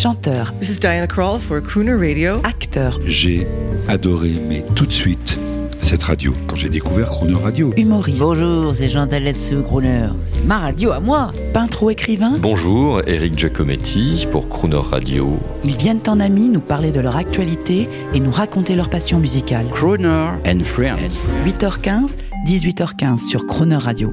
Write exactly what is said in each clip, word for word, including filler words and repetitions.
chanteur. This is Diana Krall for Crooner Radio. Acteur. J'ai adoré, mais tout de suite, cette radio, quand j'ai découvert Crooner Radio. Humoriste. Bonjour, c'est Jean Taletsu, Crooner. C'est ma radio à moi. Peintre ou écrivain. Bonjour, Eric Giacometti pour Crooner Radio. Ils viennent en amis nous parler de leur actualité et nous raconter leur passion musicale. Crooner and Friends. huit heures quinze, dix-huit heures quinze sur Crooner Radio.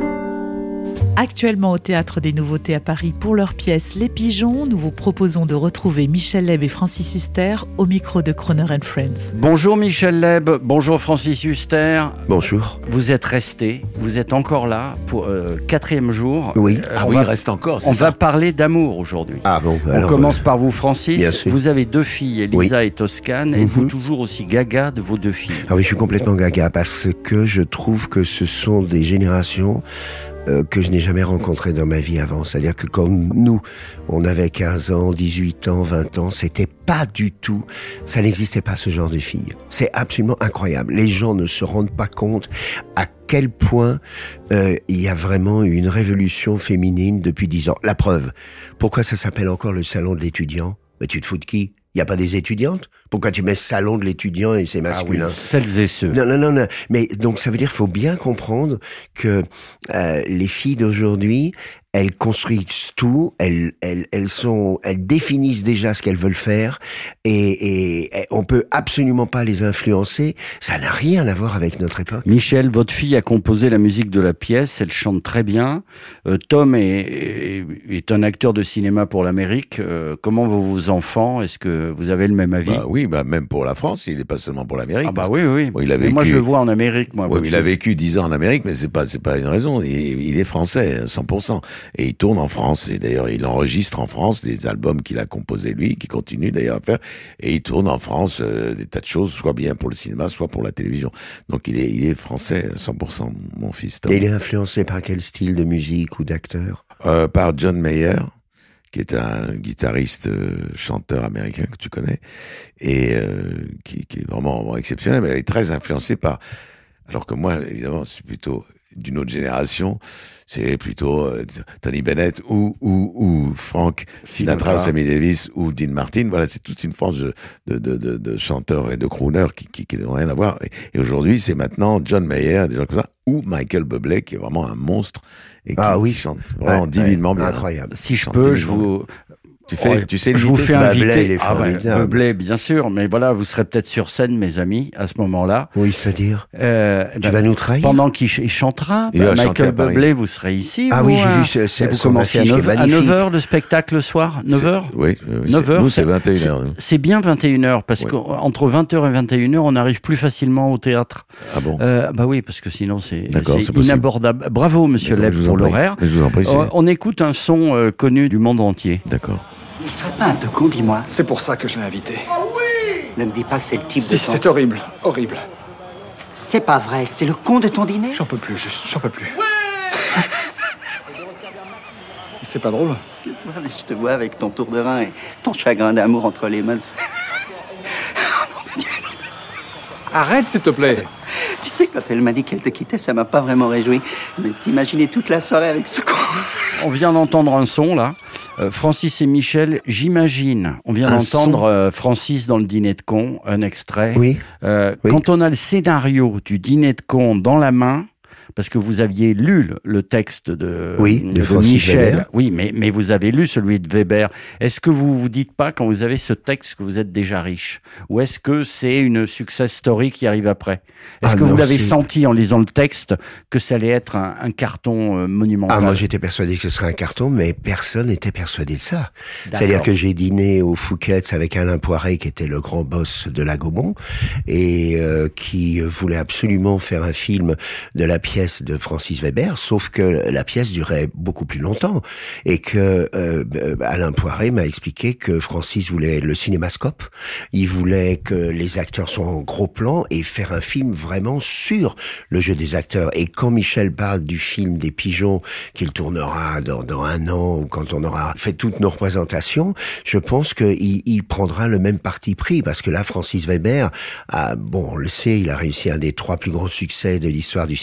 Actuellement au Théâtre des Nouveautés à Paris pour leur pièce Les Pigeons, nous vous proposons de retrouver Michel Leb et Francis Huster au micro de Crooner and Friends. Bonjour Michel Leb, bonjour Francis Huster. Bonjour. Vous êtes restés, vous êtes encore là pour euh, quatrième jour. Oui. Euh, ah on oui, va, il reste encore. On ça. va parler d'amour aujourd'hui. Ah bon. On alors, commence euh, par vous Francis. Vous avez deux filles, Elisa oui. et Toscane. Mm-hmm. Êtes-vous toujours aussi gaga de vos deux filles? Ah oui, je suis complètement gaga parce que je trouve que ce sont des générations euh, que je n'ai jamais rencontrées dans ma vie avant. C'est-à-dire que comme nous, on avait quinze ans, dix-huit ans, vingt ans, c'était pas du tout, ça n'existait pas ce genre de filles. C'est absolument incroyable. Les gens ne se rendent pas compte à quel point euh, il y a vraiment une révolution féminine depuis dix ans. La preuve, pourquoi ça s'appelle encore le salon de l'étudiant? Mais tu te fous de qui? Il n'y a pas des étudiantes? Pourquoi tu mets salon de l'étudiant et c'est masculin? Ah oui, celles et ceux. Non, non, non, non. Mais donc ça veut dire qu'il faut bien comprendre que euh, les filles d'aujourd'hui, elles construisent tout, elles, elles, elles sont, elles définissent déjà ce qu'elles veulent faire et, et, et on peut absolument pas les influencer. Ça n'a rien à voir avec notre époque. Michel, votre fille a composé la musique de la pièce, elle chante très bien. Euh, Tom est, est, est un acteur de cinéma pour l'Amérique. Euh, comment vont vos enfants? Est-ce que vous avez le même avis? Bah oui, bah même pour la France, il n'est pas seulement pour l'Amérique. Ah bah oui, oui. Bon, il a vécu... Moi je le vois en Amérique, moi. Oui, il a vécu dix ans en Amérique, mais c'est pas c'est pas une raison. Il, il est français, cent pour cent, et il tourne en France. Et d'ailleurs, il enregistre en France des albums qu'il a composés lui, qui continue d'ailleurs à faire. Et il tourne en France euh, des tas de choses, soit bien pour le cinéma, soit pour la télévision. Donc il est il est français, cent pour cent, mon fils Tom. Et il est influencé par quel style de musique ou d'acteur? euh, Par John Mayer, qui est un guitariste, euh, chanteur américain que tu connais, et euh, qui, qui est vraiment, vraiment exceptionnel, mais elle est très influencée par... Alors que moi, évidemment, c'est plutôt d'une autre génération, c'est plutôt euh, Tony Bennett ou, ou, ou Frank Sinatra, Sammy Davis ou Dean Martin. Voilà, c'est toute une frange de, de, de, de, de chanteurs et de crooners qui, qui, qui n'ont rien à voir. Et, et aujourd'hui, c'est maintenant John Mayer, des gens comme ça, ou Michael Bublé, qui est vraiment un monstre et qui, ah oui. qui chante vraiment ouais, divinement ouais, bien. Incroyable. Si je peux, je vous... Tu fais, ouais, tu sais, je vous fais inviter. Il est ah ouais, Bublé, bien sûr, mais voilà, vous serez peut-être sur scène, mes amis, à ce moment-là. Oui, c'est-à-dire. Euh, tu ben, vas nous trahir. Pendant qu'il ch- chantera, il ben, Michael Bublé, vous serez ici. Ah vous, oui, j'ai hein, vu. C'est, c'est, vous commencez à neuf heures, à neuf heures le spectacle le soir, neuf heures. Oui, oui neuf heures. Nous, c'est vingt et une heures. C'est, c'est bien vingt et une heures parce oui. qu'entre vingt heures et vingt et une heures, on arrive plus facilement au théâtre. Ah bon. Euh, bah oui, parce que sinon c'est, c'est, c'est inabordable. Bravo, Monsieur Leb, pour l'horaire. Je vous en prie. Euh, on écoute un son euh, connu du monde entier. D'accord. Il serait pas un peu con, dis-moi. C'est pour ça que je l'ai invité. Ah oui! Ne me dis pas que c'est le type si, de ton... c'est horrible, horrible. C'est pas vrai, c'est le con de ton dîner? J'en peux plus, juste, j'en peux plus. Ouais. C'est pas drôle. Excuse-moi, mais je te vois avec ton tour de rein et ton chagrin d'amour entre les mains. Arrête, s'il te plaît. Tu sais, quand elle m'a dit qu'elle te quittait, ça m'a pas vraiment réjoui. Mais t'imaginer toute la soirée avec ce con. On vient d'entendre un son, là. Euh, Francis et Michel, j'imagine. On vient un d'entendre euh, Francis dans le Dîner de cons, un extrait. Oui. Euh, oui. Quand on a le scénario du Dîner de cons dans la main, parce que vous aviez lu le texte de, oui, de, de, de Michel. Weber. Oui, mais, mais vous avez lu celui de Weber. Est-ce que vous vous dites pas, quand vous avez ce texte, que vous êtes déjà riche? Ou est-ce que c'est une success story qui arrive après? Est-ce ah que non, vous l'avez c'est... senti en lisant le texte que ça allait être un, un carton euh, monumental? Ah, moi j'étais persuadé que ce serait un carton, mais personne n'était persuadé de ça. D'accord. C'est-à-dire que j'ai dîné au Fouquet's avec Alain Poiré, qui était le grand boss de la Gaumont, et euh, qui voulait absolument faire un film de la pièce de Francis Weber, sauf que la pièce durait beaucoup plus longtemps et que euh, Alain Poiré m'a expliqué que Francis voulait le cinémascope, il voulait que les acteurs soient en gros plan et faire un film vraiment sur le jeu des acteurs. Et quand Michel parle du film des Pigeons qu'il tournera dans, dans un an ou quand on aura fait toutes nos représentations, je pense qu'il il prendra le même parti pris parce que là, Francis Weber, a, bon, on le sait, il a réussi un des trois plus grands succès de l'histoire du cinéma comique.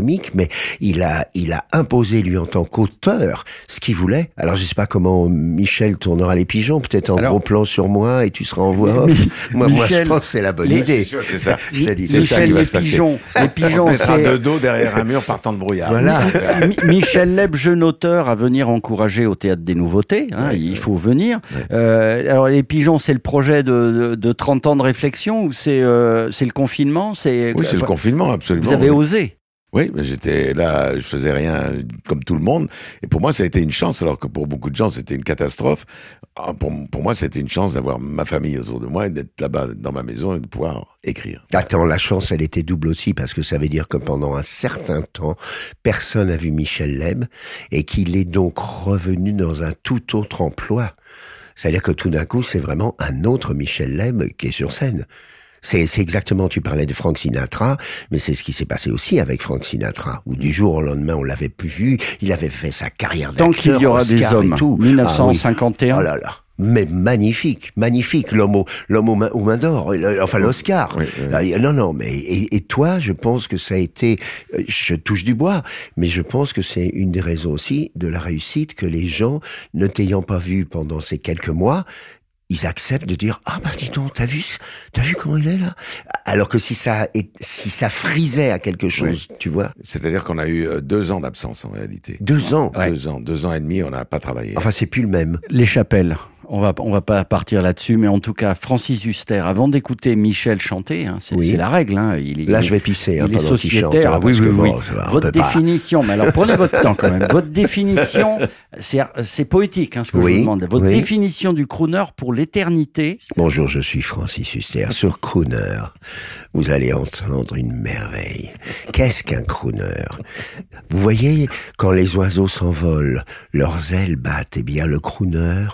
comique, mais il a, il a imposé lui en tant qu'auteur ce qu'il voulait. Alors je sais pas comment Michel tournera les pigeons, peut-être en Alors, gros plan sur moi et tu seras en voix off. moi, Michel, moi, je pense que c'est la bonne les, idée. C'est ça. C'est, dit, c'est c'est ça qui va se passer. Pigeons, les pigeons, on c'est de dos derrière un mur partant de brouillard. Voilà. Michel Leb, jeune auteur, à venir encourager au Théâtre des Nouveautés. Hein, ouais, il ouais. faut venir. Ouais. Euh, alors les pigeons, c'est le projet de, de, de trente ans de réflexion ou c'est euh, c'est le confinement, c'est Oui, c'est le confinement, absolument. Vous avez oui. osé. Oui, mais j'étais là, je faisais rien comme tout le monde. Et pour moi, ça a été une chance, alors que pour beaucoup de gens, c'était une catastrophe. Pour, pour moi, c'était une chance d'avoir ma famille autour de moi et d'être là-bas dans ma maison et de pouvoir écrire. Attends, la chance, elle était double aussi, parce que ça veut dire que pendant un certain temps, personne n'a vu Michel Leb et qu'il est donc revenu dans un tout autre emploi. C'est-à-dire que tout d'un coup, c'est vraiment un autre Michel Leb qui est sur scène. C'est, c'est exactement, tu parlais de Frank Sinatra, mais c'est ce qui s'est passé aussi avec Frank Sinatra, où du jour au lendemain, on l'avait plus vu, il avait fait sa carrière d'acteur, Tant qu'il y aura Oscar des hommes, et tout. dix-neuf cent cinquante et un. Ah oui. Oh là là. Mais magnifique, magnifique, l'homme au, l'homme aux mains, aux mains d'or, enfin l'Oscar. Oui, oui. Non, non, mais et, et toi, je pense que ça a été, je touche du bois, mais je pense que c'est une des raisons aussi de la réussite que les gens, ne t'ayant pas vu pendant ces quelques mois, ils acceptent de dire ah bah dis donc t'as vu t'as vu comment il est là, alors que si ça est, si ça frisait à quelque chose, oui. tu vois. C'est-à-dire qu'on a eu deux ans d'absence en réalité. Deux ans. Ouais. Deux ans, deux ans et demi, on n'a pas travaillé. Enfin c'est plus le même. Les chapelles. On va on va pas partir là-dessus, mais en tout cas, Francis Huster, avant d'écouter Michel chanter, hein, c'est, oui. c'est la règle. Hein, il, Là, il, je vais pisser. Hein, il est sociétaire. Chante, oui, oui, oui. Bon, votre définition, pas. mais alors prenez votre temps quand même. Votre définition, c'est, c'est poétique, hein, ce que oui, je vous demande. Votre oui. définition du crooner pour l'éternité. Bonjour, je suis Francis Huster. Sur crooner, vous allez entendre une merveille. Qu'est-ce qu'un crooner ? Vous voyez, quand les oiseaux s'envolent, leurs ailes battent, eh bien le crooner,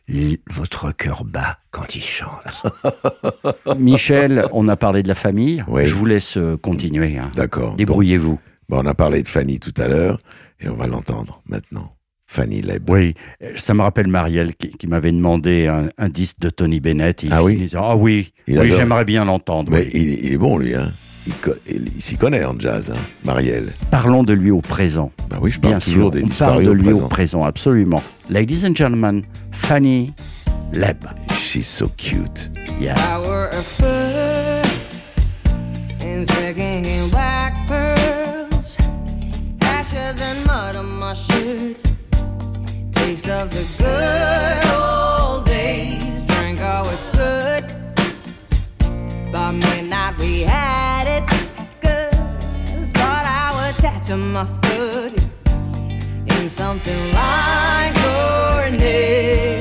votre cœur bat quand il chante. Michel, on a parlé de la famille. Oui. Je vous laisse continuer. Hein. D'accord. Débrouillez-vous. Donc, bon, on a parlé de Fanny tout à l'heure et on va l'entendre maintenant. Fanny Leb. Oui, ça me rappelle Marielle qui, qui m'avait demandé un, un disque de Tony Bennett. Il ah oui disait, ah oui, il oui j'aimerais bien l'entendre. Mais oui. il, il est bon lui, hein. Il, il, il s'y connaît en jazz, hein, Marielle. Parlons de lui au présent. Bah oui, je parle bien toujours sûr, des on disparus parle de lui au présent. au présent, absolument. Ladies and gentlemen, Fanny Leb. She's so cute. Yeah. I were a fool in second-hand black pearls, ashes and mud on my shirt, taste of the good old days, drank all was good. By midnight we had it good. Thought I would tattoo my foot in something like your name.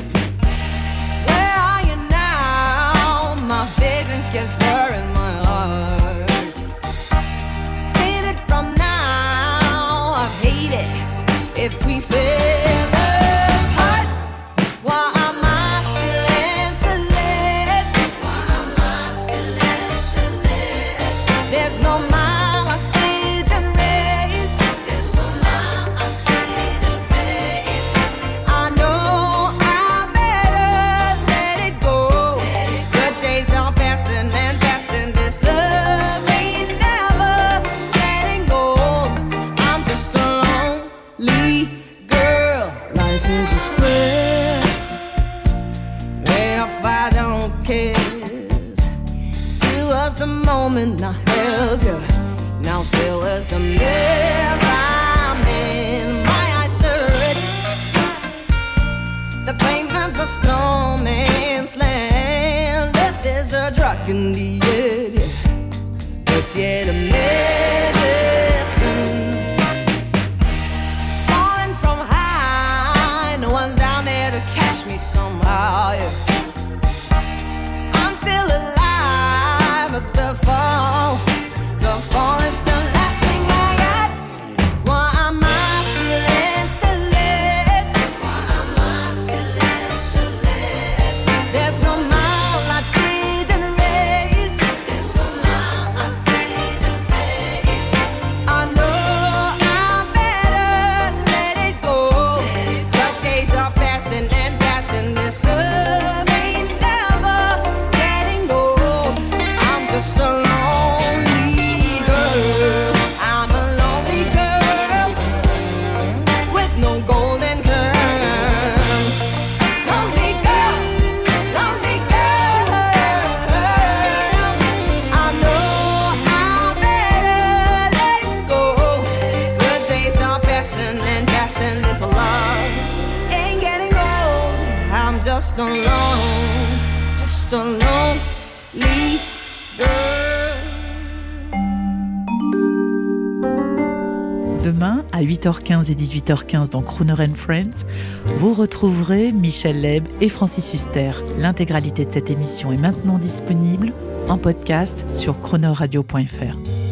Where are you now? My vision keeps blurring my heart. Save it from now. I hate it if we fail apart. Why am I still in Celeste? Why am I still in Celeste? There's no mile I didn't raise. There's no mile I didn't raise. I know I better let it go. Let it go. Good days are passing and passing. This love ain't never getting old. I'm just a lonely girl. Life is a square. If I don't care, still was the moment I held you. Now still is the mess I'm in. My eyes hurt. The pavement's a snowman's land. Death is a drug in the air. It's yet a medicine. Falling from high, no one's down there to catch me somehow. Yeah. I'm still alive at the fall. The fall is the last thing I got. Why am I still in Celeste? Why am I still in Celeste? There's no mile I didn't raise. There's no mile I didn't raise. I know I better let it go. But days are passing and passing. This love just a lone, just a lonely girl. Demain, à huit heures quinze et dix-huit heures quinze dans Crooner and Friends, vous retrouverez Michel Leb et Francis Huster. L'intégralité de cette émission est maintenant disponible en podcast sur crooner radio point f r.